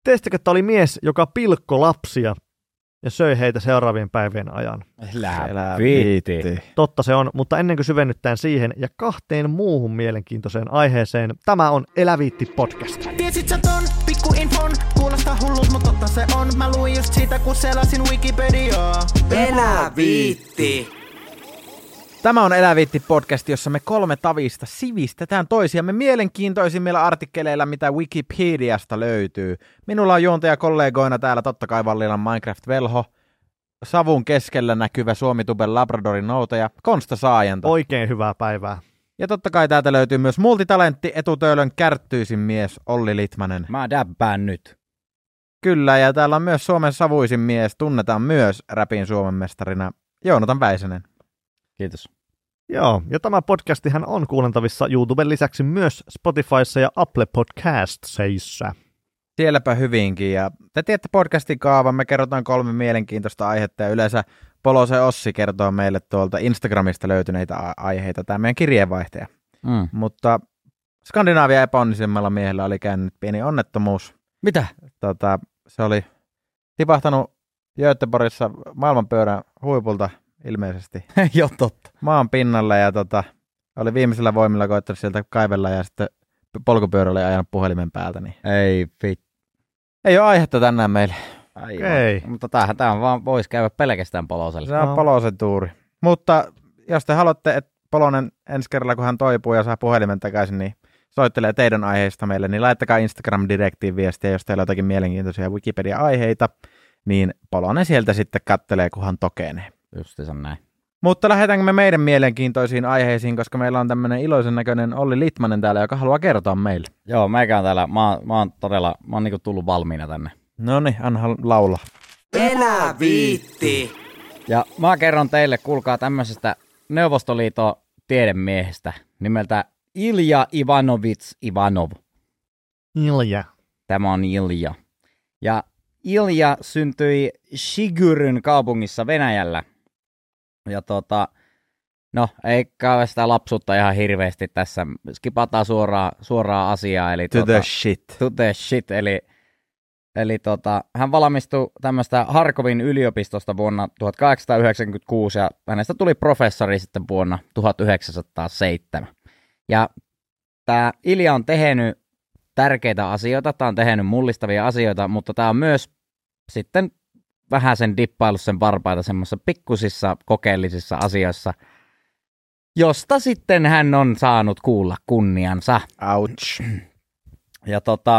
Tiesittekö, että oli mies, joka pilkkoi lapsia ja söi heitä seuraavien päivien ajan? Elä viitti. Totta se on, mutta ennen kuin syvennytään siihen ja 2 muuhun mielenkiintoiseen aiheeseen, tämä on Eläviitti podcast. Tiesit sä ton pikkuinfon? Kuulostaa hullut, mut totta se on. Mä luin just siitä, kun selasin Wikipediaa. Eläviitti. Tämä on Eläviitti-podcast, jossa me 3 tavista sivistetään toisiamme mielenkiintoisimmilla artikkeleilla, mitä Wikipediasta löytyy. Minulla on juontajakollegoina täällä totta kai Vallilan Minecraft-velho, savun keskellä näkyvä Suomituben Labradorin noutaja Konsta Saajanta. Oikein hyvää päivää. Ja totta kai täältä löytyy myös multitalentti Etutöölön kärttyisin mies Olli Litmanen. Mä däppään nyt. Kyllä, ja täällä on myös Suomen savuisin mies, tunnetaan myös räpin Suomen mestarina Joonatan Väisänen. Kiitos. Joo, ja tämä podcastihan on kuunneltavissa YouTuben lisäksi myös Spotifyssa ja Apple Podcastsissa. Sielläpä hyvinkin, ja te tiedätte podcastin kaavan, me kerrotaan 3 mielenkiintoista aihetta, ja yleensä Polosen Ossi kertoo meille tuolta Instagramista löytyneitä aiheita, tämä meidän kirjeenvaihtaja. Mutta Skandinaavia epäonnisimmalla miehellä oli käynyt pieni onnettomuus. Mitä? Se oli tipahtanut Göteborgissa maailmanpyörän huipulta ilmeisesti. Joo, totta. Maan pinnalle ja oli viimeisellä voimilla koittanut sieltä kaivella ja sitten polkupyörällä oli ajanut puhelimen päältä. Niin. Ei ole aihetta tänään meille. Ei. Mutta tämähän vaan voisi käydä pelkästään Poloselle. Se on Polosen tuuri. Mutta jos te haluatte, että Polonen ensi kerralla, kun hän toipuu ja saa puhelimen takaisin, niin soittelee teidän aiheista meille, niin laittakaa Instagram-direktiin viestiä, jos teillä on jotakin mielenkiintoisia Wikipedia-aiheita, niin Polonen sieltä sitten kattelee, kunhan tokenee. Justiinsa näin. Mutta lähdetäänkö me meidän mielenkiintoisiin aiheisiin, koska meillä on tämmöinen iloisen näköinen Olli Litmanen täällä, joka haluaa kertoa meille. Joo, meikä on täällä. Mä oon niinku tullut valmiina tänne. Noniin, anna laula. Eläviitti. Ja mä kerron teille, kuulkaa tämmöisestä Neuvostoliiton tiedemiehestä nimeltä Ilja Ivanovits Ivanov. Ilja. Tämä on Ilja. Ja Ilja syntyi Shigyryn kaupungissa Venäjällä. Ja no ei käy sitä lapsuutta ihan hirveästi tässä. Skipataan suoraan asiaa. Eli To the shit. To the shit, eli hän valmistui tämmöistä Harkovin yliopistosta vuonna 1896 ja hänestä tuli professori sitten vuonna 1907. Ja tämä Ilja on tehnyt tärkeitä asioita, tämä on tehnyt mullistavia asioita, mutta tämä on myös sitten vähän sen dippaillut sen varpaita semmoisissa pikkusissa kokeellisissa asioissa, josta sitten hän on saanut kuulla kunniansa. Ouch. Ja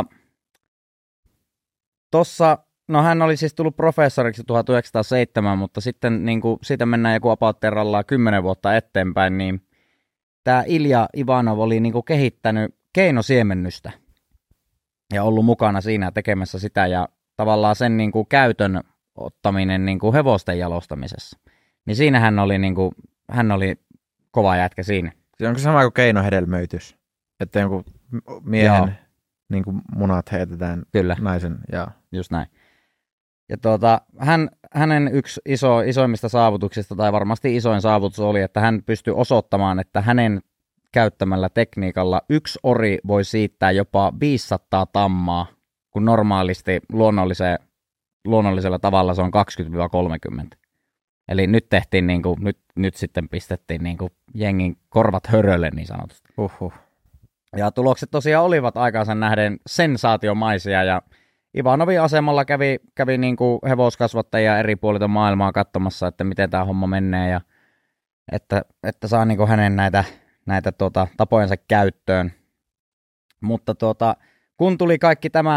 no hän oli siis tullut professoriksi 1907, mutta sitten niin kuin siitä mennään joku apautterallaan 10 vuotta eteenpäin, niin tämä Ilja Ivanov oli niin kuin kehittänyt keinosiemennystä ja ollut mukana siinä tekemässä sitä ja tavallaan sen niin kuin käytön ottaminen niin kuin hevosten jalostamisessa. Niin siinä hän oli kova jätkä siinä. Se onko sama kuin keinohedelmöitys? Että jonkun miehen niin kuin munat heitetään Kyllä. naisen. Ja just näin. Ja hänen yksi isoimmista saavutuksista, tai varmasti isoin saavutus oli, että hän pystyi osoittamaan, että hänen käyttämällä tekniikalla yksi ori voi siittää jopa 500 tammaa, kun normaalisti luonnollisella tavalla se on 20-30. Eli nyt tehtiin nyt sitten pistettiin jengin korvat hörölle niin sanotusti. Ja tulokset tosiaan olivat aikaansa nähden sensaatiomaisia ja Ivanovin asemalla kävi hevoskasvattajia eri puolilta maailmaa katsomassa, että miten tämä homma menee ja että saa hänen näitä tapojensa käyttöön. Mutta kun tuli kaikki tämä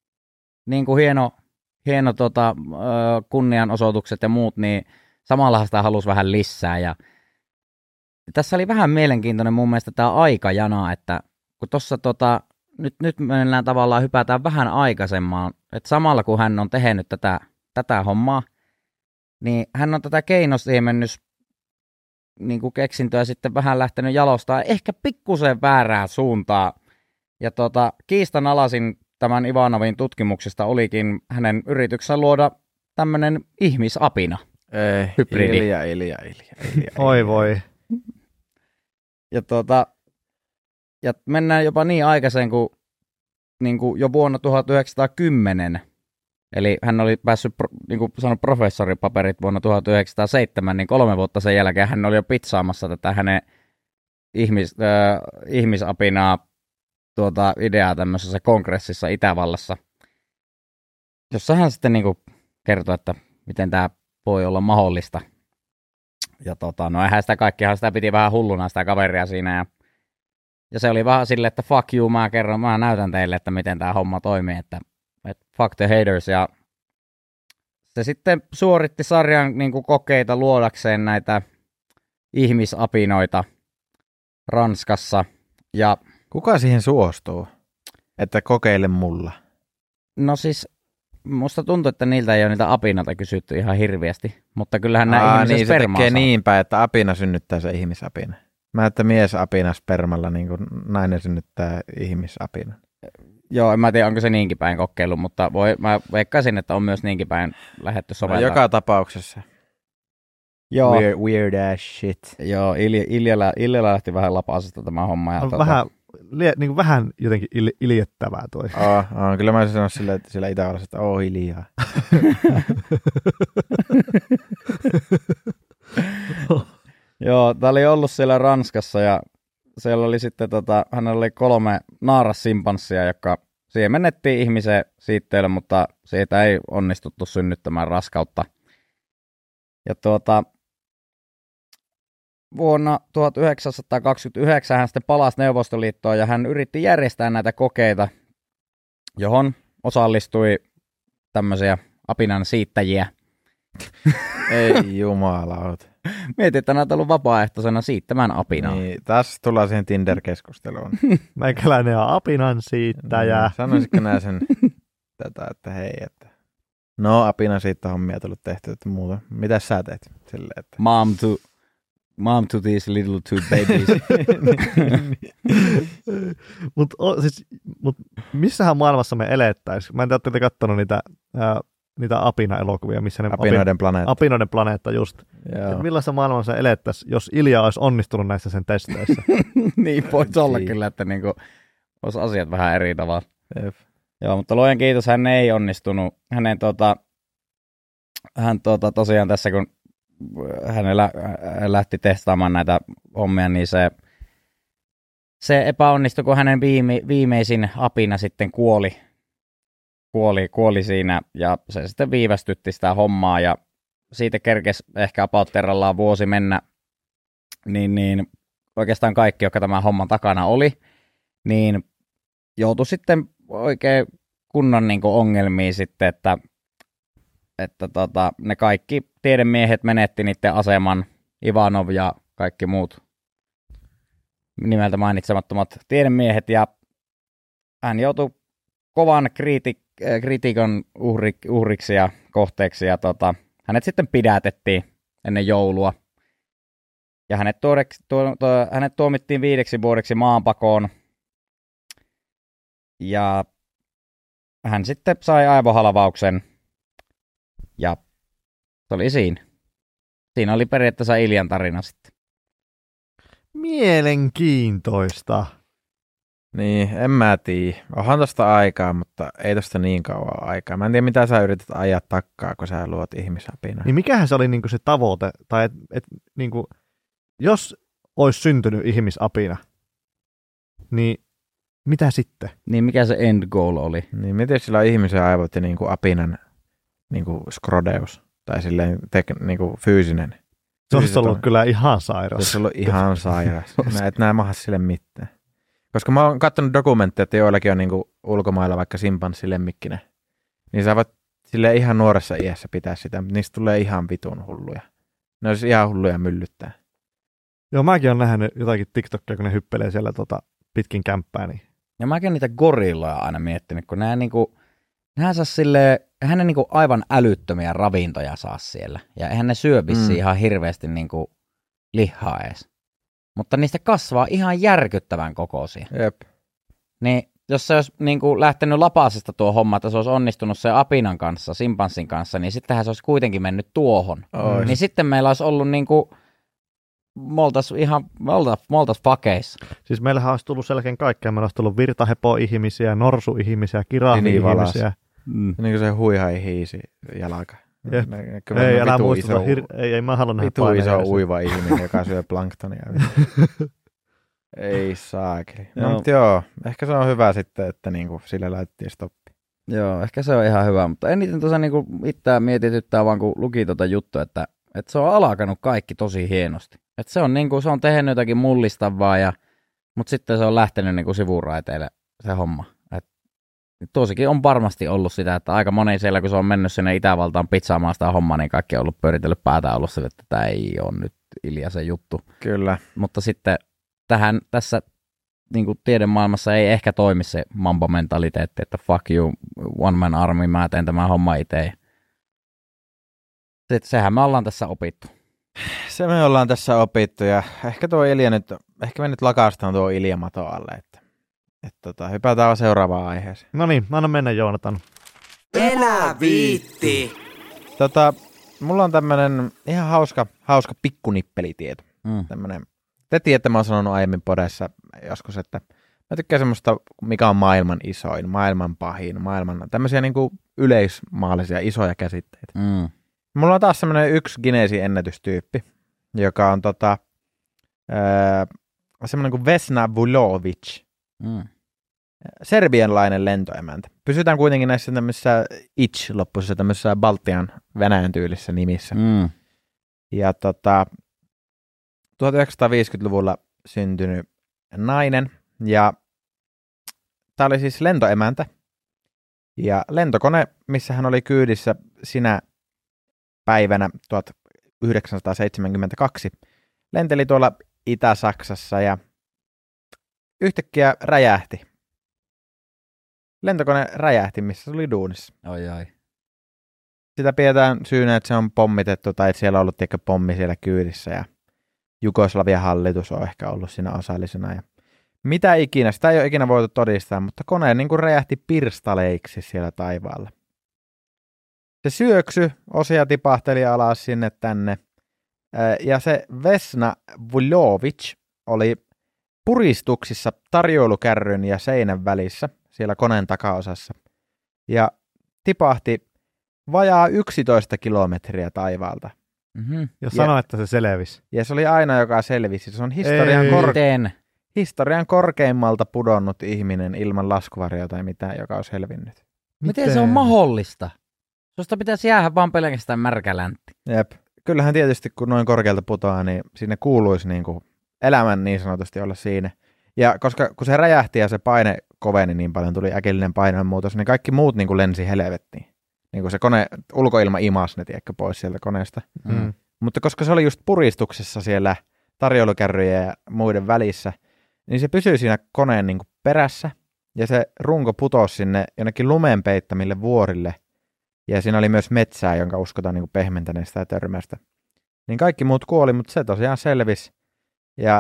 hieno kunnianosoitukset ja muut, niin samalla sitä halusi vähän lisää. Ja tässä oli vähän mielenkiintoinen mun mielestä tämä aikajana, että kun tuossa nyt mennään tavallaan hypätään vähän aikaisemmaan, että samalla kun hän on tehnyt tätä hommaa, niin hän on tätä keinosiemennys keksintöä sitten vähän lähtenyt jalostaa ehkä pikkusen väärään suuntaan. Ja kiistanalaisin tämän Ivanovin tutkimuksesta olikin hänen yrityksensä luoda tämmöinen ihmisapina. Hybridi. Ilja. Oi voi. Ja ja mennään jopa niin aikaisen, kun niin kuin jo vuonna 1910, eli hän oli päässyt, niin kuin sanoi, professoripaperit vuonna 1907, niin 3 vuotta sen jälkeen hän oli jo pitsaamassa tätä hänen ihmisapinaa ideaa tämmöisessä kongressissa Itävallassa, jossa hän sitten niin kuin kertoi, että miten tämä voi olla mahdollista. Ja no eihän kaikkihan sitä piti vähän hulluna sitä kaveria siinä. Ja se oli vähän silleen, että fuck you, mä näytän teille, että miten tämä homma toimii, että fuck the haters. Ja se sitten suoritti sarjan niin kuin kokeita luodakseen näitä ihmisapinoita Ranskassa. Ja kuka siihen suostuu, että kokeile mulla? No siis musta tuntuu, että niiltä ei ole niitä apinoita kysytty ihan hirveästi, mutta kyllähän nämä ihmisen niin spermaa se tekee niin päin, että apina synnyttää se ihmisapina. Mä että miesapina spermalla, niin kuin nainen synnyttää ihmisapina. Joo, en mä tiedä, onko se niinkin päin kokeilu, mutta mä veikkaisin, että on myös niinkin päin lähdetty soveltaa. Joka tapauksessa. Joo. Weird ass shit. Joo, Ilja lähti vähän lapasesta tämä homma. Ja niin kuin vähän jotenkin iljettävää toi. Kyllä mä sanon sillä Itävallassa, että hiljaa. Joo, tää oli ollut siellä Ranskassa ja siellä oli sitten, hänellä oli 3 naarassimpanssia, jotka siemennettiin ihmisen siitteille, mutta siitä ei onnistuttu synnyttämään raskautta. Ja vuonna 1929 hän sitten palasi Neuvostoliittoon ja hän yritti järjestää näitä kokeita, johon osallistui tämmöisiä apinan siittäjiä. Ei jumalauta. Mietin, että näitä on ollut vapaaehtoisena siittämään apinaa. Niin, tässä tullaan siihen Tinder-keskusteluun. Meikäläinen on apinan siittäjä. Sanoisitko nää sen että hei, että no apinan siittähommia tullut tehty, että muuta. Mitä sä teet? Silleen, että Mom to these little two babies. Mut missähän maailmassa me elettäisiin? Mä en tiedä, että katsonut niitä apina-elokuvia, missä ne Apinoiden planeetta just. Millaisessa maailmassa elettäisiin, jos Ilja olisi onnistunut näissä sen testeissä? Niin voisi olla kyllä, että niinku olisi asiat vähän eri tavalla. Jep. Joo, mutta luojan kiitos, hän ei onnistunut. Hän tosiaan tässä, kun hän lähti testaamaan näitä hommia, niin se epäonnistui, kun hänen viimeisin apina sitten kuoli siinä, ja se sitten viivästytti sitä hommaa, ja siitä kerkesi ehkä apautterallaan vuosi mennä, niin oikeastaan kaikki, jotka tämän homman takana oli, niin joutui sitten oikein kunnon niin kuin ongelmiin sitten, että ne kaikki tiedemiehet menetti niiden aseman, Ivanov ja kaikki muut nimeltä mainitsemattomat tiedemiehet, ja hän joutui kovan kritiikan uhriksi ja kohteeksi, ja hänet sitten pidätettiin ennen joulua, ja hänet tuomittiin 5 vuodeksi maanpakoon, ja hän sitten sai aivohalvauksen, ja se oli siinä. Siinä oli periaatteessa Iljan tarina sitten. Mielenkiintoista. Niin, en mä tiedä. Onhan tosta aikaa, mutta ei tosta niin kauan aikaa. Mä en tiedä, mitä sä yrität ajaa takkaa, kun sä luot ihmisapinaa. Niin mikähän se oli niinku se tavoite? Tai niinku, jos olisi syntynyt ihmisapina, niin mitä sitten? Niin mikä se end goal oli? Niin miten sillä on ihmisen aivot ja niinku apinan niinku skrodeus? Tai silleen niinku fyysinen. Se olisi ollut kyllä ihan sairas. Se olisi ollut ihan sairas. Et näe maha sille mitään. Koska mä oon katsonut dokumentteja, että joillakin on niinku ulkomailla vaikka simpanssilemmikkinen. Niin sä voit silleen ihan nuoressa iässä pitää sitä, mutta niistä tulee ihan vitun hulluja. Ne olisi ihan hulluja myllyttää. Joo, mäkin oon nähnyt jotakin TikTokia, kun ne hyppelee siellä pitkin kämppää. Niin. Ja mäkin niitä gorilloja aina miettinyt, kun nehän saa silleen, eihän ne niinku aivan älyttömiä ravintoja saa siellä. Ja eihän ne syö ihan hirveästi niinku lihaa edes. Mutta niistä kasvaa ihan järkyttävän kokoisia. Jep. Niin jos se olisi niinku lähtenyt lapasesta tuo homma, että se olisi onnistunut se apinan kanssa, simpanssin kanssa, niin sittenhän se olisi kuitenkin mennyt tuohon. Niin sitten meillä olisi ollut niinku me oltais fakeissa. Siis meillähän olisi tullut selkeän kaikkea. Meillä olisi tullut virtahepo-ihmisiä, norsu-ihmisiä, kirahvi-ihmisiä. Niin kuin se huihai-hiisi jalka. Ei, älä muistuta. Ei, mä haluan nähdä paineja. Vitu iso uiva ihminen, joka syö planktonia. Ei saakeli. No, mutta joo, ehkä se on hyvä sitten, että niinku sille laitettiin stoppi. Joo, ehkä se on ihan hyvä, mutta eniten tuossa niinku itseään mietityttää vaan, kun luki tuota juttua, että se on alkanut kaikki tosi hienosti. Että se on niinku, se on tehnyt jotakin mullistavaa, mutta sitten se on lähtenyt niinku sivuraiteille se homma. Tuosikin on varmasti ollut sitä, että aika moni siellä, kun se on mennyt sinne Itävaltaan pizzaamaan sitä hommaa, niin kaikki on ollut pyöritellyt päätään ollut sille, että tämä ei ole nyt Iljasen juttu. Kyllä. Mutta sitten tässä niin kuin tiedemaailmassa ei ehkä toimi se Mamba-mentaliteetti, että fuck you, one man army, mä teen tämän homma itse. Sehän me ollaan tässä opittu. Se me ollaan tässä opittu ja ehkä tuo Ilja nyt, ehkä me nyt lakastaan tuo Ilja maton alle, että hypätään seuraavaan aiheeseen. No niin, anna mennä Joonatan. Eläviitti! Mulla on tämmönen ihan hauska pikkunippelitieto. Tämmönen. Te tiedätte, mä oon sanonut aiemmin podessa joskus, että mä tykkään semmoista, mikä on maailman isoin, maailman pahin, tämmöisiä niinku yleismaallisia isoja käsitteitä. Mulla on taas semmoinen yksi Guinnessin ennätystyyppi, joka on semmoinen kuin Vesna Vulovic. Serbianlainen lentoemäntä. Pysytään kuitenkin näissä tämmöisissä loppuisissa tämmöisissä Baltian Venäjän tyylissä nimissä. Ja 1950-luvulla syntynyt nainen ja tämä oli siis lentoemäntä ja lentokone, missä hän oli kyydissä sinä päivänä 1972 lenteli tuolla Itä-Saksassa ja yhtäkkiä räjähti. Lentokone räjähti, missä se oli duunissa. Ai. Sitä pidetään syynä, että se on pommitettu tai että siellä on ollut pommi siellä kyydissä ja Jugoslavian hallitus on ehkä ollut siinä osallisena. Ja mitä ikinä, sitä ei ole ikinä voitu todistaa, mutta kone niin kuin räjähti pirstaleiksi siellä taivaalla. Se syöksy, osia tipahteli alas sinne tänne ja se Vesna Vulovic oli puristuksissa tarjoilukärryn ja seinän välissä, siellä koneen takaosassa, ja tipahti vajaa 11 kilometriä taivaalta. Ja sano, että se selvisi. Ja se oli aina, joka selvisi. Se on historian korkeimmalta pudonnut ihminen ilman laskuvarjoa tai mitään, joka on selvinnyt. Miten se on mahdollista? Susta pitäisi jäädä vaan pelkästään märkä läntti. Jep. Kyllähän tietysti, kun noin korkealta putoaa, niin sinne kuuluisi niin kuin elämän niin sanotusti olla siinä. Ja koska kun se räjähti ja se paine koveni niin paljon, tuli äkillinen paineenmuutos, niin kaikki muut niin kuin lensi helvettiin. Niin kuin se kone, ulkoilma imasi ne pois sieltä koneesta. Mutta koska se oli just puristuksessa siellä tarjoilukärryjen ja muiden välissä, niin se pysyi siinä koneen niin kuin perässä. Ja se runko putosi sinne jonnekin lumen peittämille vuorille. Ja siinä oli myös metsää, jonka uskotaan niin kuin pehmentäneestä ja törmästä. Niin kaikki muut kuoli, mutta se tosiaan selvisi. Ja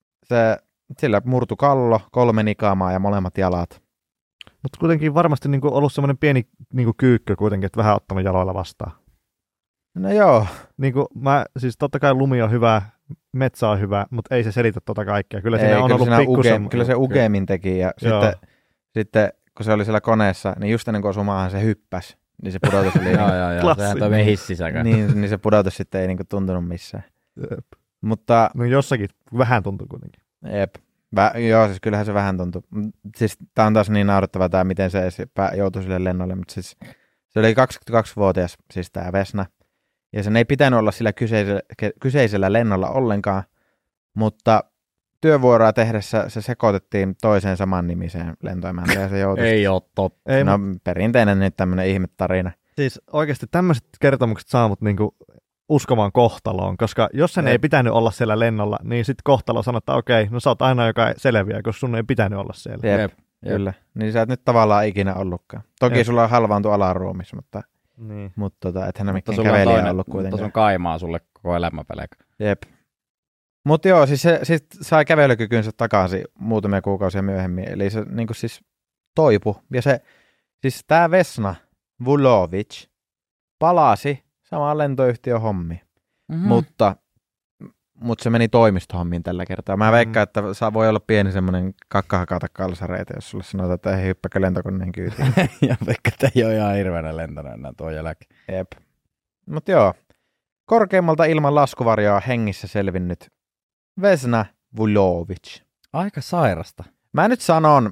sillä murtu kallo, 3 nikaamaa ja molemmat jalat. Mutta kuitenkin varmasti niinku ollut semmoinen pieni niinku kyykkö kuitenkin, että vähän ottanut jaloilla vastaan. No joo. Niinku siis totta kai lumi on hyvä, metsä on hyvä, mutta ei se selitä tota kaikkea. Kyllä siinä on ollut pikkusen. Kyllä se Ugemin teki ja sitten kun se oli siellä koneessa, niin just ennen kuin osui maahan se hyppäsi. Niin se pudotus oli joo, sehän toimii hissisäkään. niin se pudotus sitten ei niinku tuntunut missään. Jep. Mutta no jossakin vähän tuntui kuitenkin. Jep. Joo, siis kyllähän se vähän tuntui. Siis tää on taas niin naurettava tää, miten se joutui sille lennolle, mutta siis se oli 22-vuotias, siis tää Vesna. Ja sen ei pitänyt olla sillä kyseisellä lennolla ollenkaan, mutta työvuoroa tehdessä se sekoitettiin toiseen samannimiseen lentoemäntään ja se joutui. Ei ole totta. No perinteinen nyt tämmönen ihmetarina. Siis oikeasti tämmöiset kertomukset saa mut niinku uskomaan kohtaloon, koska jos sen ei pitänyt olla siellä lennolla, niin sitten kohtalo sanoo, että okei, no sä oot aina joka selviää, koska sun ei pitänyt olla siellä. Jep. Kyllä. Niin sä et nyt tavallaan ikinä ollutkaan. Toki sulla on halvaantu alaruumis, mutta ethän mikään kävelijä ollut kuitenkaan. Mutta sun kaimaa sulle koko elämä pelkä. Jep. Mutta joo, siis se sai kävelykykynsä takaisin muutamia kuukausia myöhemmin, eli se niinku siis toipu. Ja se, siis tää Vesna Vulovic palasi samaan lentoyhtiön hommiin. Mutta mutta se meni toimistohommiin tällä kertaa. Mä veikkaan, että voi olla pieni semmoinen kakkahakata kalsareita, jos sulle sanotaan, että ei hyppäkö lentokoneen kyytiin. Ja veikka, että ei ole ihan hirveänä lentänyt enää tuo jälkeen. Jep. Mutta joo, korkeimmalta ilman laskuvarjoa hengissä selvinnyt Vesna Vulovic. Aika sairasta. Mä nyt sanon.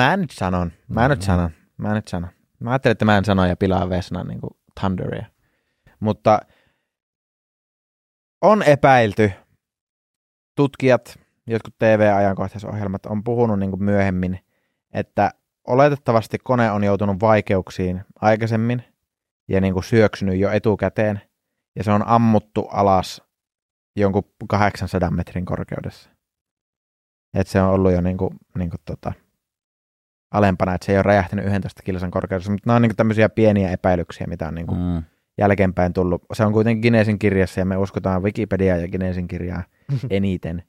Mä ajattelin, että mä en sano ja pilaa Vesnan niin kuin Thunderia. Mutta on epäilty. Tutkijat, jotkut TV-ajankohtaisohjelmat on puhunut niin kuin myöhemmin, että oletettavasti kone on joutunut vaikeuksiin aikaisemmin ja niin kuin syöksynyt jo etukäteen. Ja se on ammuttu alas jonkun 800 metrin korkeudessa. Että se on ollut jo alempana, että se ei ole räjähtänyt 11 kilsan korkeudessa. Mutta nämä on niin kuin tämmöisiä pieniä epäilyksiä, mitä on niin kuin jälkeenpäin tullut. Se on kuitenkin Guinnessin kirjassa ja me uskotaan Wikipediaa ja Guinnessin kirjaa eniten.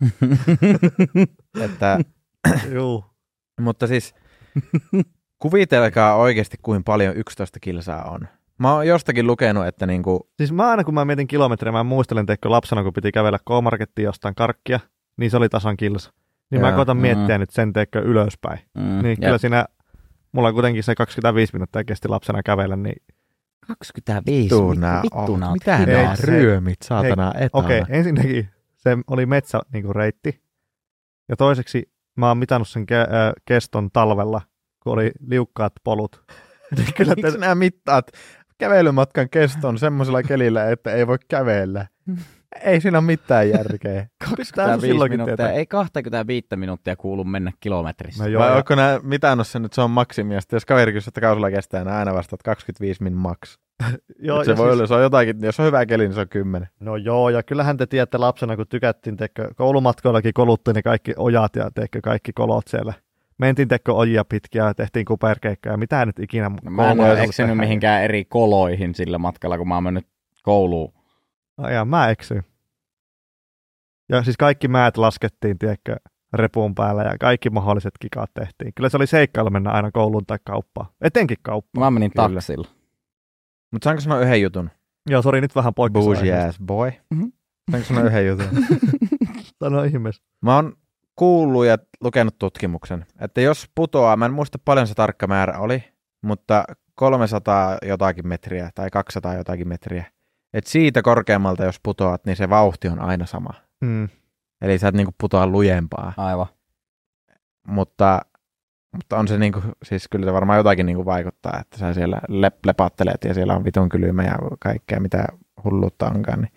Mutta siis kuvitelkaa oikeasti, kuinka paljon 11 kilsaa on. Mä oon jostakin lukenut, että niinku... Siis aina kun mä mietin kilometriä, mä muistelen teikö lapsena, kun piti kävellä K-Markettiin jostain karkkia, niin se oli tasan kilsa. Niin mä koitan miettiä nyt sen teikö ylöspäin. Niin kyllä siinä, mulla kuitenkin se 25 minuuttia kesti lapsena kävellä, niin... 25 minuuttia? Mitä nämä ryömit, saatana etana? Okei, ensinnäkin se oli metsäreitti. Ja toiseksi mä oon mitannut sen keston talvella, kun oli liukkaat polut. Miksi nämä mittaat kävelymatkan keston semmoisella kelillä, että ei voi kävellä? Ei siinä ole mitään järkeä. 25 minuuttia, ei 25 minuuttia kuulu mennä kilometrissä. No vai onko nämä mitannut sen, että se on maksimia? Sitten jos kaveri kysyy, että kausilla kestää, niin aina vastaat 25 min max. Joo, se voi olla, se on jotakin, jos on hyvä keli, niin se on 10. No joo, ja kyllähän te tiedätte lapsena, kun tykättiin, koulumatkoillakin koluttiin ne kaikki ojat ja kaikki kolot siellä. Mentiin ojia pitkiä ja tehtiin kuperkeikkaa ja mitä nyt ikinä. Mä en ole eksynyt mihinkään eri koloihin sillä matkalla, kun mä oon mennyt kouluun. Ja mä eksyin. Ja siis kaikki määt laskettiin, tiedätkö, repun päällä ja kaikki mahdolliset kikat tehtiin. Kyllä se oli seikkailu mennä aina kouluun tai kauppaan. Etenkin kauppaan. Mä menin taksilla. Mutta saanko sanoa yhden jutun? Joo, sori, nyt vähän poikkeuksena. Bougie ass boy. Saanko sanoa yhden jutun? Sano ihmeessä. Mä oon kuullut ja lukenut tutkimuksen, että jos putoaa, mä en muista paljon se tarkka määrä oli, mutta 300 jotakin metriä tai 200 jotakin metriä. Että siitä korkeammalta, jos putoat, niin se vauhti on aina sama. Eli sä et niinku putoa lujempaa. Aivan. Mutta on se niinku, siis kyllä se varmaan jotakin niinku vaikuttaa, että sä siellä lepattelet ja siellä on vitun kylmä ja kaikkea, mitä hulluutta onkaan. Niin.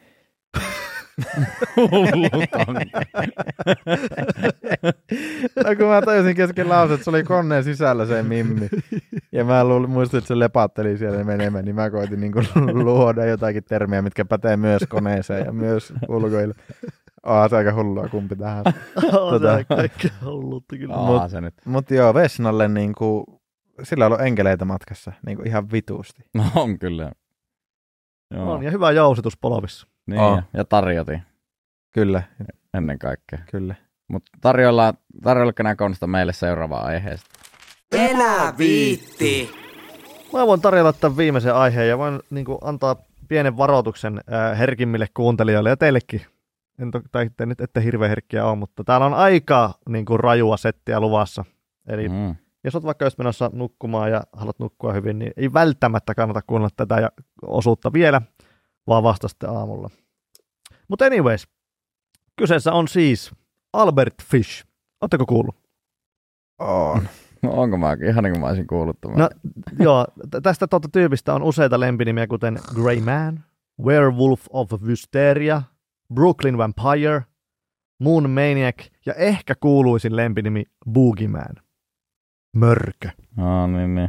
No kun mä tajusin kesken lause, että se oli koneen sisällä se mimmi. Ja mä muistin, että se lepatteli siellä menemään, niin mä koitin niinku luoda jotakin termiä, mitkä pätee myös koneeseen ja myös ulkoille. Se aika hullua, kumpi tähän. Kaikkea hulluutta kyllä. Mut joo, Vesnalle niinku, sillä on ollut enkeleitä matkassa niinku ihan vituusti. No on kyllä. Joo. On, ja hyvä jousitus polvissa. Niin, ja tarjotin. Kyllä. Ennen kaikkea. Kyllä. Mutta tarjoilko nämä Konsta meille seuraavaa aiheesta? Eläviitti! Mä voin tarjolla tämän viimeisen aiheen ja voin antaa pienen varoituksen herkimmille kuuntelijoille ja teillekin. Tai nyt ette hirveän herkkiä ole, mutta täällä on aika rajua settiä luvassa. Eli jos olet vaikka just menossa nukkumaan ja haluat nukkua hyvin, niin ei välttämättä kannata kuunnella tätä osuutta vielä, vaan vasta sitten aamulla. Mutta anyways, kyseessä on siis Albert Fish. Oletteko kuullut? On. No onko mäkin? Ihan niin kuin mä olisin kuullut tämän. No joo, tästä tyypistä on useita lempinimiä, kuten Grey Man, Werewolf of Wysteria, Brooklyn Vampire, Moon Maniac ja ehkä kuuluisin lempinimi Boogeyman. Mörkö. Niin.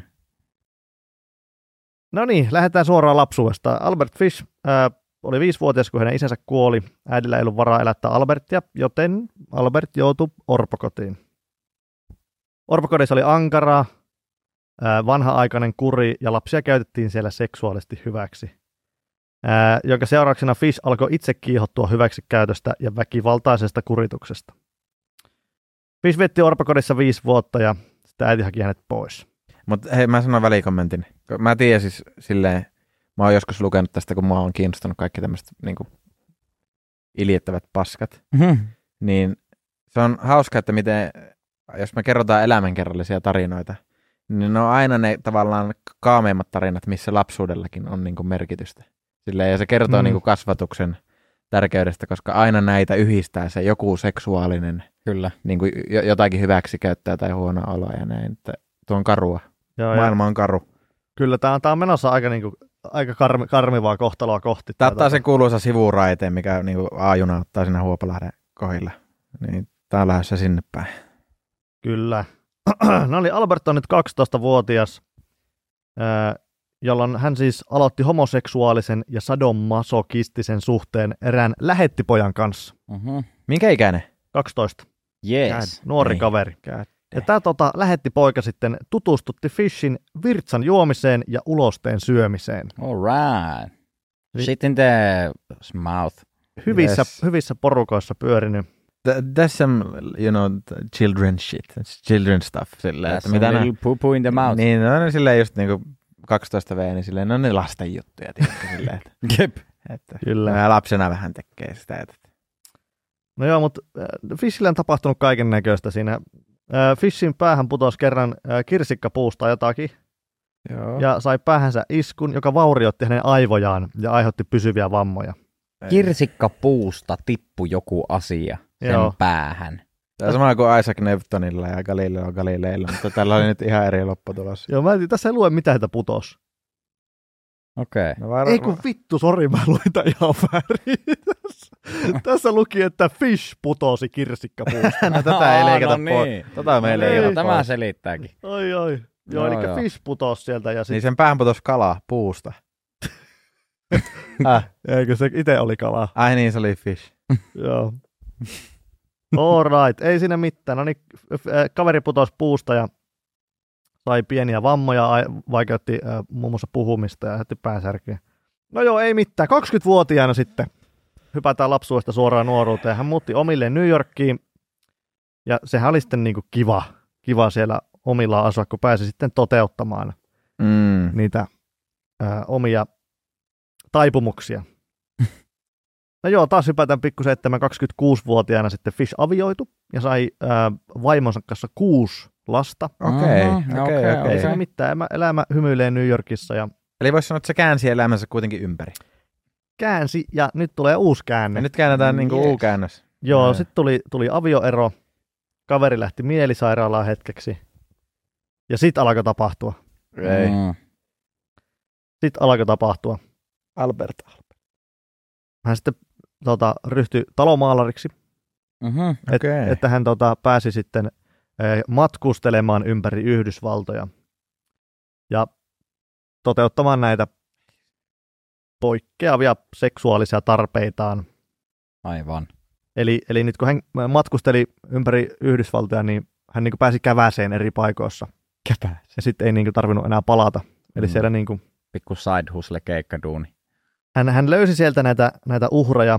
No niin, lähdetään suoraan lapsuudesta. Albert Fish oli 5-vuotias, kun hänen isänsä kuoli. Äidillä ei ollut varaa elättää Albertia, joten Albert joutui orpokotiin. Orpokodissa oli ankaraa, vanha-aikainen kuri ja lapsia käytettiin siellä seksuaalisesti hyväksi. Jonka seurauksena Fish alkoi itse kiihottua hyväksikäytöstä ja väkivaltaisesta kurituksesta. Fish vietti orpokodissa 5 vuotta ja sitten äiti haki hänet pois. Mutta hei, mä sanon välikommentin. Mä tiedän siis silleen, mä oon joskus lukenut tästä, kun mä oon kiinnostanut kaikki tämmöistä niinku iljettävät paskat. Niin se on hauska, että miten, jos me kerrotaan elämänkerrallisia tarinoita, niin ne on aina ne tavallaan kaameimmat tarinat, missä lapsuudellakin on niin kuin merkitystä. Silleen, ja se kertoo niin kuin kasvatuksen tärkeydestä, koska aina näitä yhdistää se joku seksuaalinen, kyllä, niin kuin jotakin hyväksikäyttöä tai huonoa oloa ja näin. Että tuo on karua. Joo, maailma on karu. Kyllä, tämä on menossa aika karmivaa kohtaloa kohti. Tämä ottaa sen kuuluisa sivuraiteen, mikä niin kuin A-juna ottaa siinä Huopalahden kohdilla. Niin, tämä on lähdössä sinne päin. Kyllä. No niin, Albert on nyt 12-vuotias, jolloin hän siis aloitti homoseksuaalisen ja sadomasokistisen suhteen erään lähettipojan kanssa. Minkä ikäinen? 12. Yes. Nuori kaveri. Ja tämä lähettipoika sitten tutustutti Fishin virtsan juomiseen ja ulosteen syömiseen. All right. Shit in the mouth. Hyvissä porukoissa pyörinyt. That's some, children shit. That's children stuff. Silleen, that's mitä little poo-poo in the mouth. Niin, no ne silleen just niinku 12V, niin silleen, no ne lasten juttuja, tiedätkö, silleen. Jep. Että kyllä. Mä lapsena vähän tekee sitä. Että. No joo, mutta Fishille on tapahtunut kaiken näköistä siinä. Fishin päähän putosi kerran kirsikkapuusta jotakin. Joo. Ja sai päähänsä iskun, joka vaurioitti hänen aivojaan ja aiheutti pysyviä vammoja. Kirsikkapuusta tippui joku asia sen päähän. Tämä on sama kuin Isaac Newtonilla ja Galileo Galileilla, mutta tällä oli nyt ihan eri lopputulos. Joo, tässä ei lue mitä heitä putosi. Okei. Okay. Ei kun vittu, sori, mä luin tämän ihan väärin. Tässä luki, että Fish putosi kirsikkapuusta. No tätä ei leikata pois. Tota me ei leikata pois. Tämä selittääkin. Oi. Joo, eli Fish putosi sieltä. Ja niin sen päähän putosi kalaa puusta. Eikö se itse oli kalaa? Ai niin, se oli Fish. Joo. All right, ei siinä mitään. No niin, kaveri putosi puusta ja sai pieniä vammoja, vaikeutti muun muassa puhumista ja heti päänsärkyä. No joo, ei mitään. 20-vuotiaana sitten hypätään lapsuudesta suoraan nuoruuteen. Hän muutti omilleen New Yorkiin ja sehän oli sitten niinku kiva siellä omillaan asua, kun pääsi sitten toteuttamaan niitä omia taipumuksia. No joo, taas hypätään pikkusen eteenpäin. 26-vuotiaana sitten Fish avioitu ja sai vaimonsa kanssa 6 lasta. Okei. Ei siinä mitään. Elämä hymyilee New Yorkissa. Eli voisi sanoa, että se käänsi elämänsä kuitenkin ympäri. Käänsi ja nyt tulee uusi käänne. Ja nyt käännetään niin kuin U-käännös. Joo, sitten tuli avioero. Kaveri lähti mielisairaalaan hetkeksi. Ja sitten alkoi tapahtua. Sitten alkoi tapahtua. Albert. Hän sitten ryhtyi talomaalariksi. Että hän pääsi sitten matkustelemaan ympäri Yhdysvaltoja ja toteuttamaan näitä poikkeavia seksuaalisia tarpeitaan. Aivan. Eli nyt kun hän matkusteli ympäri Yhdysvaltoja, niin hän niin kuin pääsi käväseen eri paikoissa. Ja sitten ei niin kuin tarvinnut enää palata. Eli siellä niin kuin pikku side hustle keikkaduuni. Hän löysi sieltä näitä uhreja,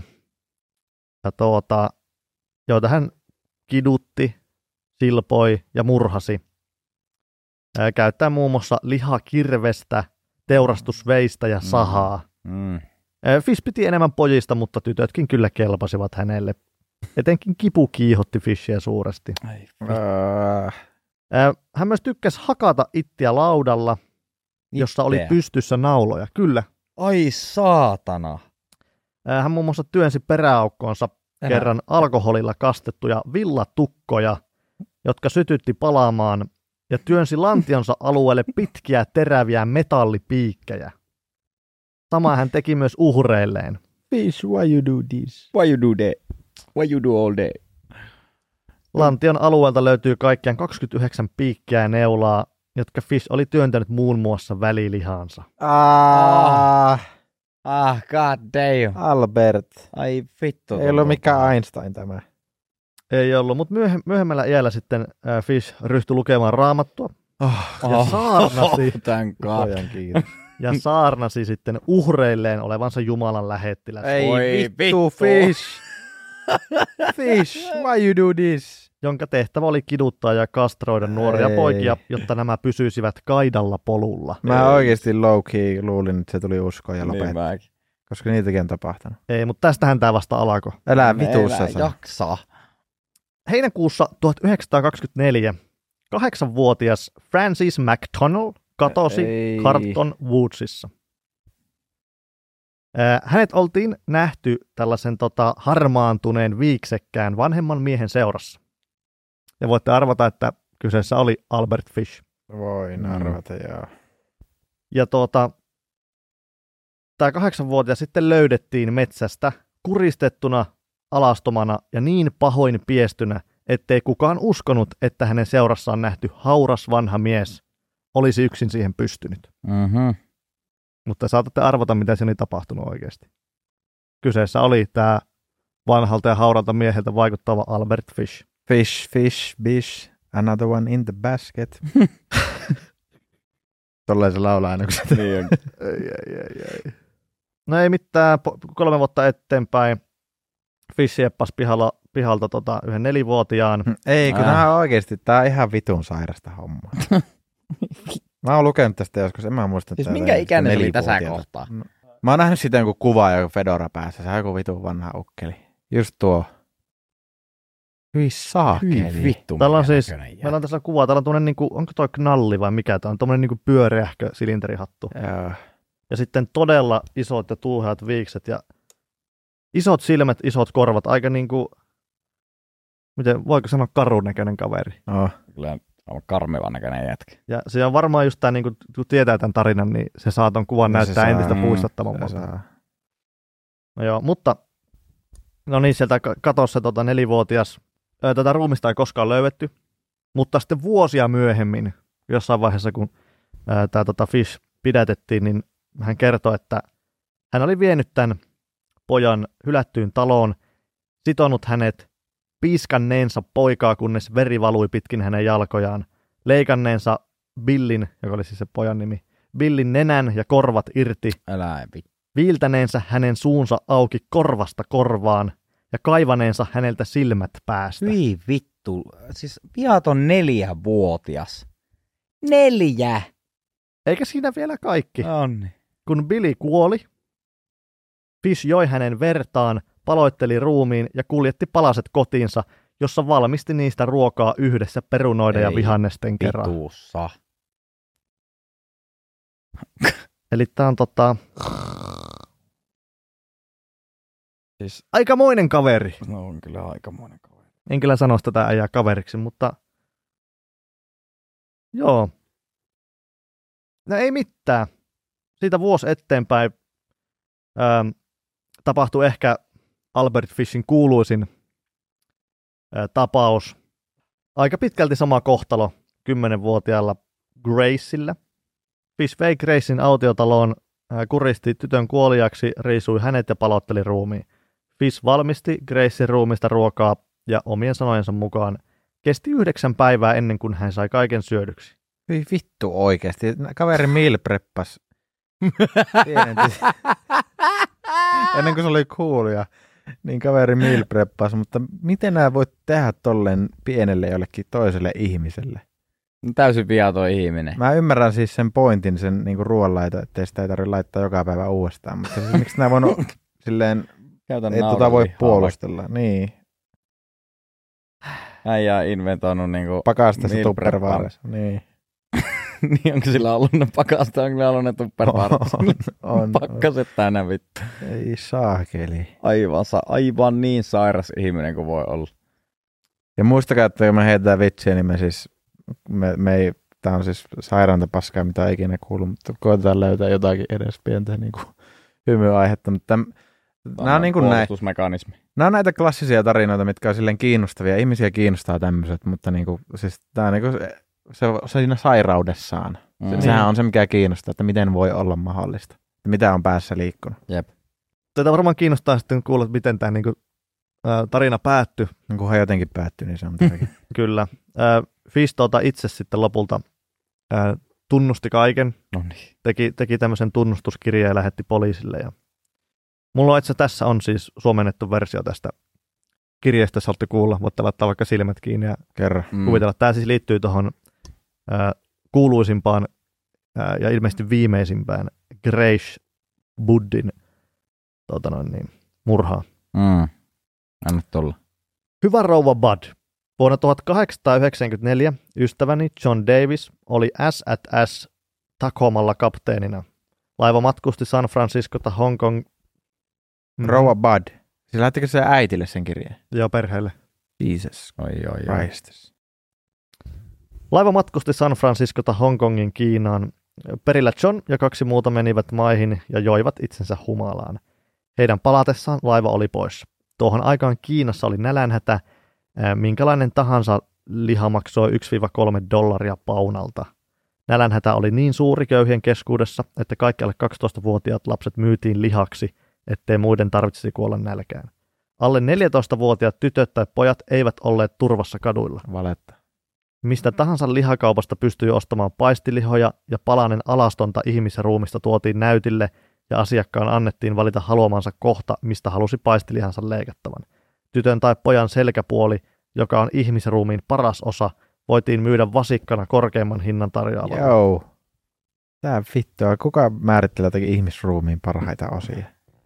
joita hän kidutti, silpoi ja murhasi. Käyttää muun muassa lihakirvestä, teurastusveistä ja sahaa. Fish piti enemmän pojista, mutta tytötkin kyllä kelpasivat hänelle. Etenkin kipu kiihotti Fishia suuresti. Hän myös tykkäsi hakata ittiä laudalla, jossa oli pystyssä nauloja. Kyllä. Ai saatana. Hän muun muassa työnsi peräaukkoonsa kerran alkoholilla kastettuja villatukkoja, jotka sytytti palaamaan, ja työnsi lantionsa alueelle pitkiä teräviä metallipiikkejä. Sama hän teki myös uhreilleen. Fish, why you do this? Why you do that? Why you do all day? Lantion alueelta löytyy kaikkiaan 29 piikkiä ja neulaa, jotka Fish oli työntänyt muun muassa välilihaansa. God damn. Albert. Ai vittu. Ei ollut mikään Einstein tämä. Ei ollut, mutta myöhemmällä iällä sitten Fish ryhtyi lukemaan Raamattua. Ja saarnasi. Ja saarnasi sitten uhreilleen olevansa Jumalan lähettiläs. Ei vittu, Fish. Fish, why you do this? Jonka tehtävä oli kiduttaa ja kastroida nuoria poikia, jotta nämä pysyisivät kaidalla polulla. Mä oikeasti low-key luulin, että se tuli uskoon ja lopetti. Koska niitäkin on tapahtunut. Ei, mutta tästähän tämä vasta alkoi. Elää vitussa. Jaksaa. Heinäkuussa 1924 8-vuotias Francis McDonnell katosi Carlton Woodsissa. Hänet oltiin nähty tällaisen harmaantuneen viiksekkään vanhemman miehen seurassa. Ja voitte arvata, että kyseessä oli Albert Fish. Voin arvata, joo. Ja tämä 8-vuotias sitten löydettiin metsästä kuristettuna, alastomana ja niin pahoin piestynä, ettei kukaan uskonut, että hänen seurassaan nähty hauras vanha mies olisi yksin siihen pystynyt. Mm-hmm. Mutta saatatte arvata, mitä siinä oli tapahtunut oikeasti. Kyseessä oli tämä vanhalta ja hauralta mieheltä vaikuttava Albert Fish. Fish, another one in the basket. Tolleen se laulaa aina, kun se ei. No ei mitään, 3 vuotta eteenpäin Fish jeppas pihalta yhden 4-vuotiaan. Ei, kun tämä on oikeasti, tämä on ihan vitun sairasta hommaa. Mä oon lukenut tästä joskus, en mä muista. Siis minkä ikäinen oli tässä kohtaa? No, mä oon nähnyt sitä joku kuva joku fedora päässä, se on joku vitun vanha ukkeli. Just tuo. Hyi saakeli. Vittu. Täällä on siis, meillä on tässä kuva, täällä on tuommoinen, onko toi knalli vai mikä tämä on, tuommoinen pyöreähkö silinderihattu. Joo. Ja sitten todella isot ja tuuheat viikset ja isot silmät, isot korvat, aika miten, voiko sanoa karun näköinen kaveri. Kyllä on karmivan näköinen jätkä. Ja se on varmaan just tämä, kun tietää tämän tarinan, niin se saa ton kuvan näyttää entistä puistattomammalta. No joo, mutta no niin, sieltä katosi se 4-vuotias. Tätä ruumista ei koskaan löydetty, mutta sitten vuosia myöhemmin, jossain vaiheessa, kun tämä Fish pidätettiin, niin hän kertoi, että hän oli vienyt tämän pojan hylättyyn taloon, sitonut hänet piiskanneensa poikaa, kunnes veri valui pitkin hänen jalkojaan, leikanneensa Billin, joka oli siis se pojan nimi, Billin nenän ja korvat irti, viiltäneensä hänen suunsa auki korvasta korvaan ja kaivaneensa häneltä silmät päästä. Hyi vittu, siis viaton 4-vuotias. 4! Eikä siinä vielä kaikki. Onni. Kun Billy kuoli, Fish joi hänen vertaan, paloitteli ruumiin ja kuljetti palaset kotiinsa, jossa valmisti niistä ruokaa yhdessä perunoiden ja vihannesten kerran. Vitussa. Eli tää on siis aikamoinen kaveri. No on kyllä aikamoinen kaveri. En kyllä sano tätä äijää kaveriksi, mutta joo. No ei mitään. Siitä vuosi eteenpäin tapahtui ehkä Albert Fishin kuuluisin tapaus. Aika pitkälti sama kohtalo 10-vuotiaalla Gracella. Fish vei Gracen autiotaloon, kuristi tytön kuoliaksi, riisui hänet ja palotteli ruumiin. Fish valmisti Gracen ruumista ruokaa ja omien sanojensa mukaan kesti 9 päivää ennen kuin hän sai kaiken syödyksi. Hyi vittu oikeesti. Kaveri meal preppas. Ennen kuin se oli coolia, niin kaveri meal preppas, mutta miten nämä voit tehdä tolleen pienelle jollekin toiselle ihmiselle? Täysin viaton ihminen. Mä ymmärrän siis sen pointin, sen niinku ruoanlaito, ettei sitä ei tarvitse laittaa joka päivä uudestaan, mutta siis miksi nämä voinut silleen, ei voi puolustella. Niin. Äijä on inventoinut niinku pakastassa tuppervaarissa. Niin. Niin onko sillä ollut ne pakasta, onko sillä ollut ne tuppervaarissa? On. Pakkaset tänä vittu. Ei saakeli. Aivan niin sairas ihminen kuin voi olla. Ja muistakaa, että kun me heitetään vitsiä, niin me ei, tää on siis sairaanta paskaa, mitä ei ikinä kuullut, mutta koetetaan löytää jotakin edes pientä niin kuin hymyaihetta. Mutta nämä on niin kuin puolustusmekanismi. Nämä on näitä klassisia tarinoita, mitkä on silleen kiinnostavia. Ihmisiä kiinnostaa tämmöiset, mutta niin kuin, siis tämä on niin kuin, se on siinä sairaudessaan. Sehän on se, mikä kiinnostaa, että miten voi olla mahdollista. Mitä on päässä liikkunut. Jep. Tätä varmaan kiinnostaa sitten kuulla, miten tämä niinku, tarina päättyi. No, kunhan jotenkin päättyi, niin se on tärkeää. Kyllä. Fish itse sitten lopulta tunnusti kaiken. No niin. Teki tämmöisen tunnustuskirjeen ja lähetti poliisille. Ja mulla on itse tässä on siis suomennettu versio tästä kirjeestä, jos haluatte kuulla. Voitte laittaa vaikka silmät kiinni ja kuvitella. Tämä siis liittyy tuohon kuuluisimpaan ja ilmeisesti viimeisimpään Grace Buddin murhaa. Anna tulla. Hyvä rouva Bud. Vuonna 1894 ystäväni John Davis oli S&S Tacomalla kapteenina. Laiva matkusti San Franciscota Hong Kong. Rouva Bud. Siis lähtikö se äitille sen kirjeen? Joo, perheelle. Jesus. Oi. Laiva matkusti San Franciscota Hong Kongin Kiinaan. Perillä John ja 2 muuta menivät maihin ja joivat itsensä humalaan. Heidän palatessaan laiva oli pois. Tuohon aikaan Kiinassa oli nälänhätä, minkälainen tahansa liha maksoi $1-3 paunalta. Nälänhätä oli niin suuri köyhien keskuudessa, että kaikki alle 12-vuotiaat lapset myytiin lihaksi, ettei muiden tarvitsisi kuolla nälkään. Alle 14-vuotiaat tytöt tai pojat eivät olleet turvassa kaduilla. Valetta. Mistä tahansa lihakaupasta pystyi ostamaan paistilihoja ja palanen alastonta ihmisruumista tuotiin näytille ja asiakkaan annettiin valita haluamansa kohta, mistä halusi paistilihansa leikattavan. Tytön tai pojan selkäpuoli, joka on ihmisruumiin paras osa, voitiin myydä vasikkana korkeimman hinnan tarjoavalla. Joo. Tää vittua. Kuka määrittelee jotakin ihmisruumiin parhaita osia?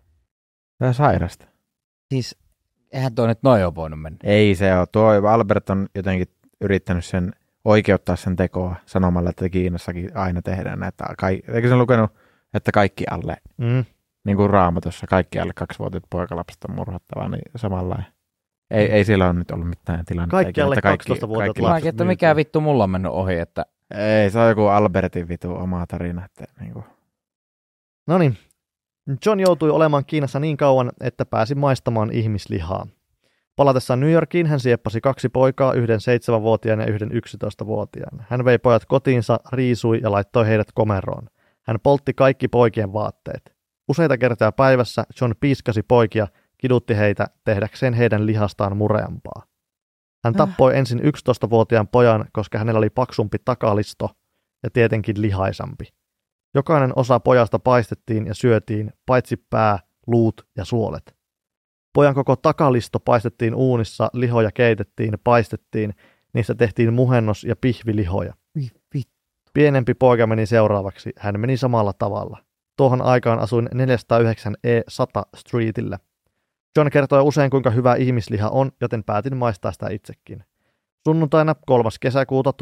Tää sairasta. Siis, eihän toi nyt noin ole voinut mennä. Ei se ole. Tuo Albert on jotenkin yrittänyt oikeuttaa sen tekoa sanomalla, että Kiinassakin aina tehdään näitä. Eikö se lukenut, että kaikki alle, niin kuin Raamatussa, kaikki alle 2-vuotiaat poikalapset on murhattavaa, niin samalla ei siellä ole nyt ollut mitään tilannetta. Kaikki alle 12-vuotiaat lapset. Että mikä vittu mulla on mennyt ohi, että... Ei, se on joku Albertin vitu oma tarina. Että niin Noniin. John joutui olemaan Kiinassa niin kauan, että pääsi maistamaan ihmislihaa. Palatessaan New Yorkiin hän sieppasi 2 poikaa, yhden 7-vuotiaan ja yhden 11-vuotiaan. Hän vei pojat kotiinsa, riisui ja laittoi heidät komeroon. Hän poltti kaikki poikien vaatteet. Useita kertaa päivässä John piiskasi poikia, kidutti heitä tehdäkseen heidän lihastaan mureampaa. Hän tappoi ensin 11-vuotiaan pojan, koska hänellä oli paksumpi takalisto ja tietenkin lihaisampi. Jokainen osa pojasta paistettiin ja syötiin, paitsi pää, luut ja suolet. Pojan koko takalisto paistettiin uunissa, lihoja keitettiin, paistettiin, niistä tehtiin muhennos- ja pihvilihoja. Pienempi poika meni seuraavaksi, hän meni samalla tavalla. Tuohon aikaan asuin 409 E 100 Streetillä. John kertoi usein, kuinka hyvä ihmisliha on, joten päätin maistaa sitä itsekin. Sunnuntaina 3. kesäkuuta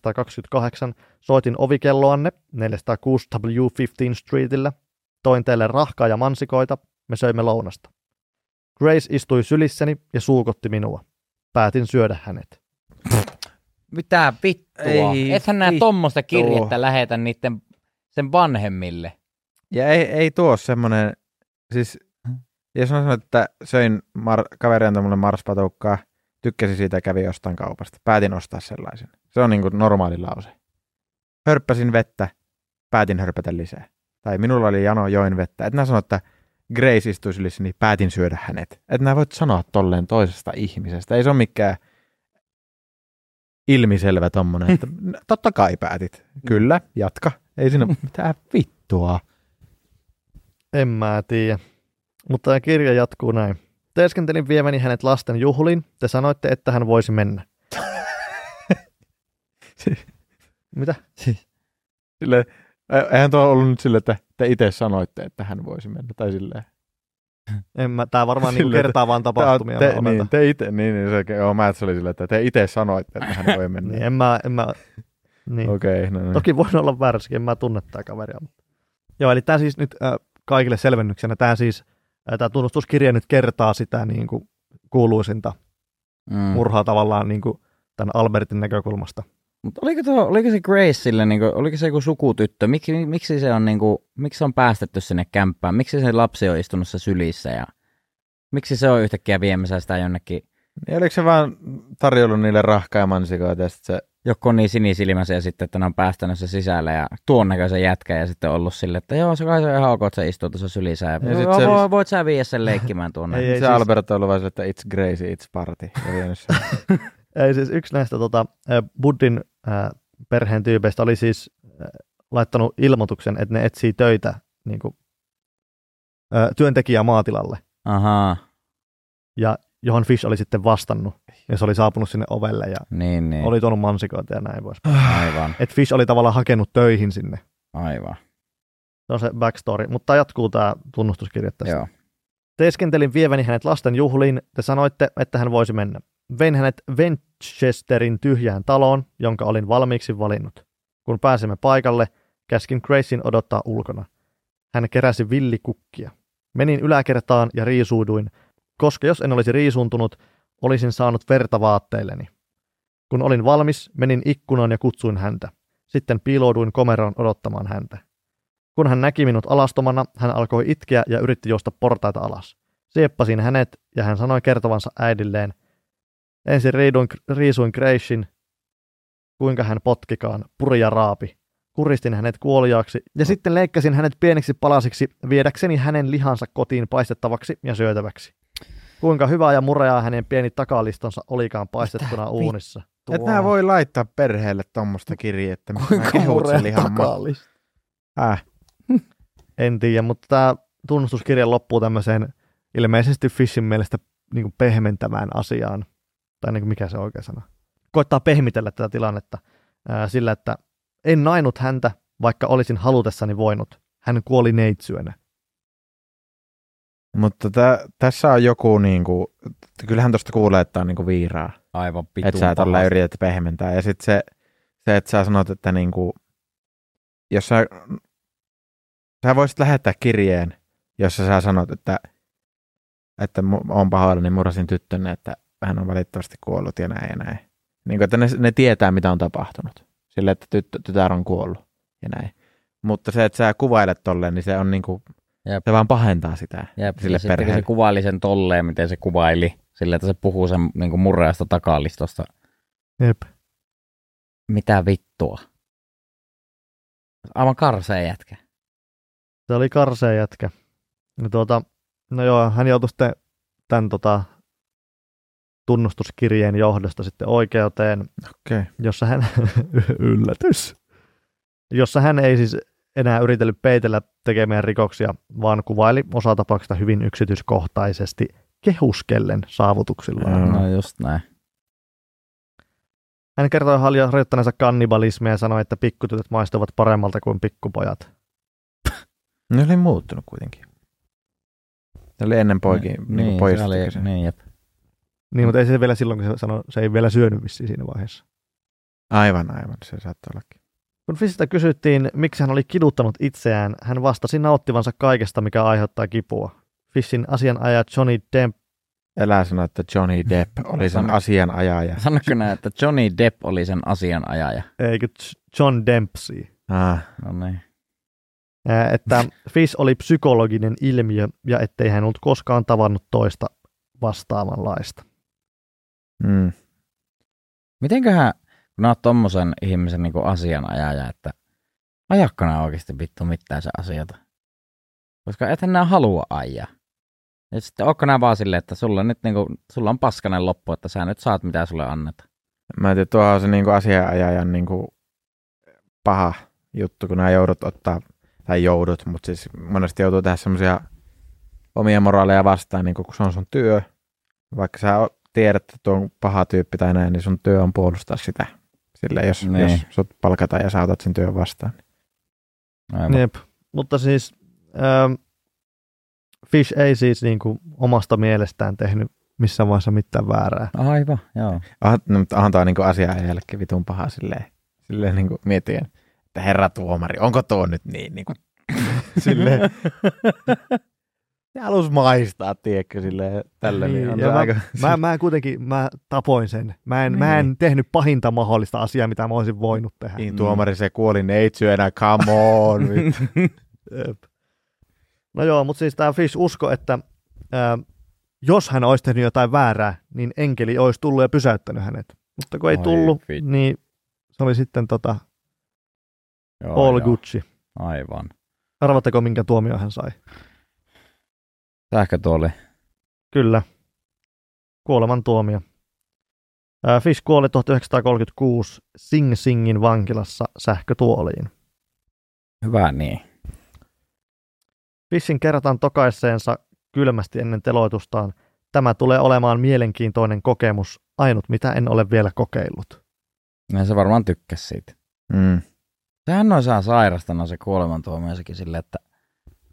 1928 soitin ovikelloanne 406 W15 Streetillä. Toin teille rahkaa ja mansikoita, me söimme lounasta. Grace istui sylissäni ja suukotti minua. Päätin syödä hänet. Mitä vittua? Ethän nää tommoista kirjettä lähetä niitten sen vanhemmille. Ja ei tuo semmonen, siis jos mä sanon, että söin kaveri antoi mulle marspatukkaa, tykkäsin siitä ja kävin jostain kaupasta. Päätin ostaa sellaisen. Se on niin kuin normaali lause. Hörppäsin vettä, päätin hörpätä lisää. Tai minulla oli jano, join vettä. Et nää sano, että Grace istui sylissä, niin päätin syödä hänet. Et nää voit sanoa tolleen toisesta ihmisestä. Ei se ole mikään ilmiselvä tommonen, että totta kai päätit. Kyllä, jatka. Ei siinä mitään vittua. En mä tiedä. Mutta tämä kirja jatkuu näin. Teeskentelin viemäni hänet lasten juhliin. Te sanoitte, että hän voisi mennä. Mitä? Silleen, eihän tuo ollut nyt silleen, että te itse sanoitte, että hän voisi mennä. Tai silleen. Tää varmaan niin kertaa vaan tapahtumia. Te itse, mä se oli silleen, että te itse sanoitte, että hän voi mennä. Niin, en mä niin. Okei, no. Toki voin olla väärässäkin, en mä tunne tää kaveria. Joo, eli tää siis nyt kaikille selvennyksenä, tää tunnustuskirja nyt kertaa sitä niin kuin kuuluisinta murhaa tavallaan niin kuin tämän Albertin näkökulmasta. Mutta oliko se Grace sille, niin kuin, oliko se joku sukutyttö? Miksi se on, niin kuin, miksi se on päästetty sinne kämppään? Miksi se lapsi on istunut sylissä ja miksi se on yhtäkkiä viemässä sitä jonnekin? Ja oliko se vaan tarjollut niille rahkaa ja mansikoita ja sitten se... Joku on niin sinisilmäisiä ja sitten, että ne on päästänyt se sisälle ja tuon näköisen jätkä ja sitten ollut silleen, että joo, se kai se on ihan ok, että se istuu tuossa sylissä ja voit sä viiä sen leikkimään tuonne. Ei, se siis... Albert on ollut vaan että it's Gracie, it's party. Ei siis yksi näistä Buddin perheen tyypeistä oli siis laittanut ilmoituksen, että ne etsii töitä niin kuin, työntekijää maatilalle. Ahaa. Ja johon Fish oli sitten vastannut, ja se oli saapunut sinne ovelle ja niin. Oli tuonut mansikoita ja näin pois. Aivan. Että Fish oli tavallaan hakenut töihin sinne. Aivan. Se on se backstory, mutta jatkuu tämä tunnustuskirja tästä. Joo. Teeskentelin vieväni hänet lasten juhliin, te sanoitte, että hän voisi mennä. Vein hänet Winchesterin tyhjään taloon, jonka olin valmiiksi valinnut. Kun pääsimme paikalle, käskin Gracen odottaa ulkona. Hän keräsi villikukkia. Menin yläkertaan ja riisuuduin, koska jos en olisi riisuuntunut, olisin saanut verta vaatteilleni. Kun olin valmis, menin ikkunaan ja kutsuin häntä. Sitten piilouduin komeroon odottamaan häntä. Kun hän näki minut alastomana, hän alkoi itkeä ja yritti juosta portaita alas. Sieppasin hänet ja hän sanoi kertovansa äidilleen. Ensin riisuin Gracen, kuinka hän potkikaan, puri ja raapi. Kuristin hänet kuoliaaksi ja sitten leikkasin hänet pieniksi palasiksi viedäkseni hänen lihansa kotiin paistettavaksi ja syötäväksi. Kuinka hyvää ja mureaa hänen pieni takalistonsa olikaan paistettuna uunissa. Et nää voi laittaa perheelle tommoista kirjettä. Kuinka murea takalista? En tiedä, mutta tämä tunnustuskirja loppuu tämmöiseen ilmeisesti Fishin mielestä niin kuin pehmentämään asiaan. Tai niin kuin mikä se oikea sana. Koittaa pehmitellä tätä tilannetta sillä, että en nainut häntä, vaikka olisin halutessani voinut. Hän kuoli neitsyönä. Mutta tässä on joku, niinku, kyllähän tuosta kuulee, että on niinku viiraa. Aivan pitun että sä tällä yrität pehmentää. Ja sitten se, että sä sanot, että niinku, jos sä voisit lähettää kirjeen, jossa sä sanot, että on pahoillani, niin murhasin tyttönne, että hän on valitettavasti kuollut ja näin ja näin. Niin, että ne tietää, mitä on tapahtunut. Sille, että tytär on kuollut ja näin. Mutta se, että sä kuvailet tolleen, niin se on niinku, se vaan pahentaa sitä. Jep. Sille perheelle. Se kuvaili sen tolleen, miten se kuvaili. Sille, että se puhuu sen niinku murreasta takalistosta. Jep. Mitä vittua? Aivan karsea jätkä. Se oli karsea jätkä. No joo, hän joutui sitten tämän tunnustuskirjeen johdosta sitten oikeuteen, jossa hän, yllätys, jossa hän ei siis enää yritellyt peitellä tekemiä rikoksia, vaan kuvaili osatapauksista hyvin yksityiskohtaisesti kehuskellen saavutuksillaan. No just näin. Hän kertoi harjoittaneensa kannibalismia ja sanoi, että pikkutytöt maistuvat paremmalta kuin pikkupojat. Ne oli muuttunut kuitenkin. Se oli ennen pojista. Niin, jep. Niin, mutta ei se vielä silloin, kun se sanoi, se ei vielä syönyt vissiin siinä vaiheessa. Aivan, se saattaa ollakin. Kun Fishistä kysyttiin, miksi hän oli kiduttanut itseään, hän vastasi nauttivansa kaikesta, mikä aiheuttaa kipua. Fishin asianajaja Johnny Depp. Elää sanoa, että Johnny Depp oli sen asianajaja. Sanoiko näin, että Johnny Depp oli sen asianajaja? Eikö John Dempsey? No niin. Että Fish oli psykologinen ilmiö ja ettei hän ollut koskaan tavannut toista vastaavanlaista. Mitenköhän, kun olet tommosen ihmisen niin kuin asianajaja, että ajakko nää oikeasti vittu mitään se asioita? Koska ethän nää halua ajaa. Ja sitten ootko nää vaan silleen, että sulla on paskanen loppu, että sä nyt saat mitä sulle annetaan. Mä en tiedä, tuohon on se niin kuin asianajajan niin kuin paha juttu, kun nää joudut ottaa, tai joudut, mutta siis monesti joutuu tehdä semmoisia omia moraaleja vastaan, niin kun se on sun työ. Vaikka sä tiedät, että tuo on paha tyyppi tai näin, niin sun työ on puolustaa sitä. Sillä jos sut palkataan ja sä otat sen työn vastaan. Jep. Mutta siis Fish ei siis niinku omasta mielestään tehnyt missään vaiheessa mitään väärää. Aivan, joo. Mutta onhan tuo niinku asianajajallekin vitun paha silleen niinku mietin, että herra tuomari, onko tuo nyt niin kuin silleen. Se halusi maistaa, tiedätkö, silleen tällä. Niin, mä tapoin sen. Mä en tehnyt pahinta mahdollista asiaa, mitä mä olisin voinut tehdä. Niin, tuomari, se kuoli neitsyönä, come on. No joo, mutta siis tämä Fish usko, että jos hän olisi tehnyt jotain väärää, niin enkeli olisi tullut ja pysäyttänyt hänet. Mutta kun ei tullut, niin se oli sitten all Gucci. Aivan. Arvatteko, minkä tuomio hän sai? Sähkötuoli. Kyllä. Kuolemantuomio. Fish kuoli 1936 Sing Singin vankilassa sähkötuoliin. Hyvä niin. Fishin kerrotaan tokaisseensa kylmästi ennen teloitustaan. Tämä tulee olemaan mielenkiintoinen kokemus, ainut mitä en ole vielä kokeillut. Ja se varmaan tykkäsi siitä. Sehän on saa sairastanut se kuolemantuomioisikin silleen, että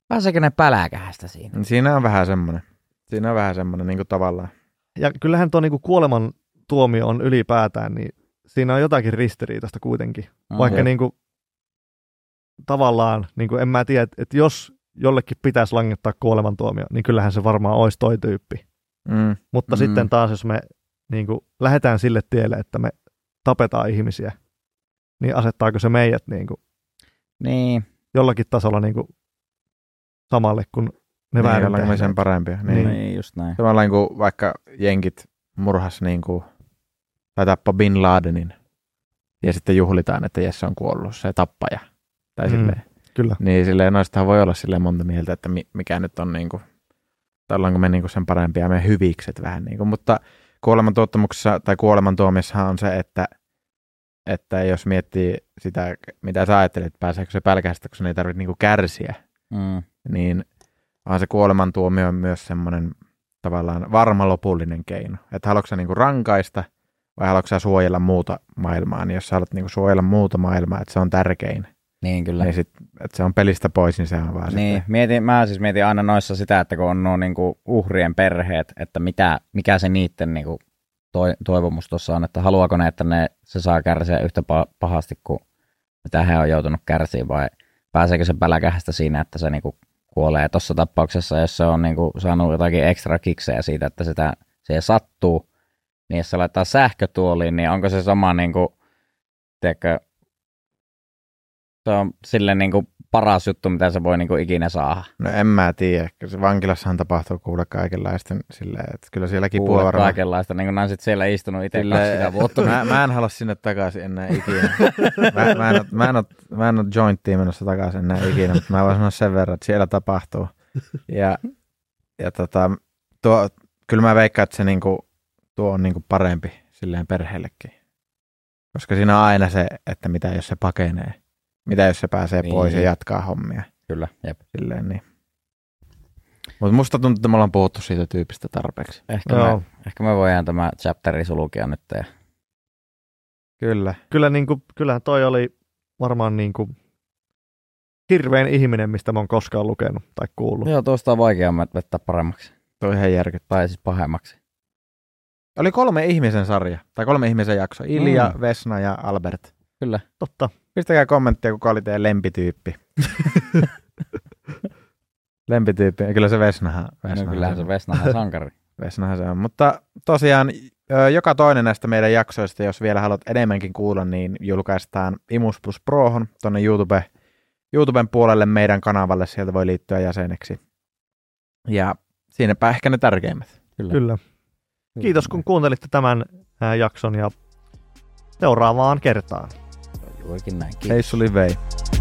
Pääseekö ne päläkähästä siinä? Siinä on vähän semmoinen niin kuin tavallaan. Ja kyllähän tuo niin kuin kuoleman tuomio on ylipäätään, niin siinä on jotakin ristiriitaista kuitenkin. Vaikka niin kuin, tavallaan, niin kuin en mä tiedä, että jos jollekin pitäisi langettaa kuolemantuomio, niin kyllähän se varmaan olisi toi tyyppi. Mutta sitten taas, jos me niin kuin, lähdetään sille tielle, että me tapetaan ihmisiä, niin asettaako se meidät niin. Jollakin tasolla niin kuin, samalle kuin ne väärin me sen parempia. Niin, just näin. Samalla kuin vaikka jenkit murhas tai tappoi Bin Ladenin ja sitten juhlitaan, että Jesse on kuollut, se tappaja. Tai silleen. Kyllä. Niin silleen noistahan voi olla silleen monta mieltä, että mikä nyt on tai ollaanko me sen parempia, me hyvikset vähän mutta kuolemantuottamuksessa tai kuolemantuomissahan on se, että jos miettii sitä, mitä sä ajattelet, että pääseekö se pälkähästä, kun sen ei tarvitse kärsiä, niin vaan se kuolemantuomio on myös semmoinen tavallaan varma lopullinen keino. Että haluatko sä rankaista vai haluatko sä suojella muuta maailmaa, niin jos sä haluat suojella muuta maailmaa, että se on tärkein. Niin kyllä. Niin sit, että se on pelistä pois, niin se on vaan niin, mä mietin aina noissa sitä, että kun on nuo uhrien perheet, että mikä se niiden toivomus tuossa on, että haluaako ne, että se saa kärsiä yhtä pahasti kuin mitä he on joutunut kärsiä, vai pääseekö se päläkähästä siinä, että se kuolee tuossa tapauksessa, jos se on saanut jotakin ekstra kiksejä siitä, että se sattuu, niin jos se laittaa sähkötuoliin, niin onko se sama tiedätkö, se on silleen paras juttu, mitä se voi ikinä saada. No en mä tiedä. Vankilassahan tapahtuu kuule kaikenlaista silleen, että kyllä siellä kipua varmaan. Kaikenlaista, niin kuin mä sit siellä istunut itse 20 vuotta. Mä en halua sinne takaisin enää ikinä. Mä en ole jointtiin menossa takaisin enää ikinä, mutta mä voin sanoa sen verran, että siellä tapahtuu. Ja kyllä mä veikkaan, että se tuo on parempi silleen perheellekin. Koska siinä on aina se, että mitä jos se pakenee. Mitä jos se pääsee pois ja jatkaa hommia. Kyllä, jep. Silleen niin. Mutta musta tuntuu, että me ollaan puhuttu siitä tyypistä tarpeeksi. Ehkä me voidaan tämä chapteri sulkea nyt. Ja... Kyllä. Kyllähän toi oli varmaan hirveän ihminen, mistä mä oon koskaan lukenut tai kuullut. Joo, tuosta on vaikea vetää paremmaksi. Toi ihan järkyttävää. Tai siis pahemmaksi. Oli 3 ihmisen sarja, tai 3 ihmisen jakso. Ilja, Vesna ja Albert. Kyllä. Totta. Pistäkää kommenttia, kuka oli teidän lempityyppi. Lempityyppi. Kyllä se Vesnahan. Kyllä se Vesnahan sankari. Vesnahan se on. Mutta tosiaan joka toinen näistä meidän jaksoista, jos vielä haluat enemmänkin kuulla, niin julkaistaan Imus Plus Prohon tuonne YouTuben puolelle meidän kanavalle. Sieltä voi liittyä jäseneksi. Ja siinäpä ehkä ne tärkeimmät. Kyllä. Kiitos kun kuuntelitte tämän jakson ja seuraavaan kertaan. Juurikin näin. Hei Suli vei.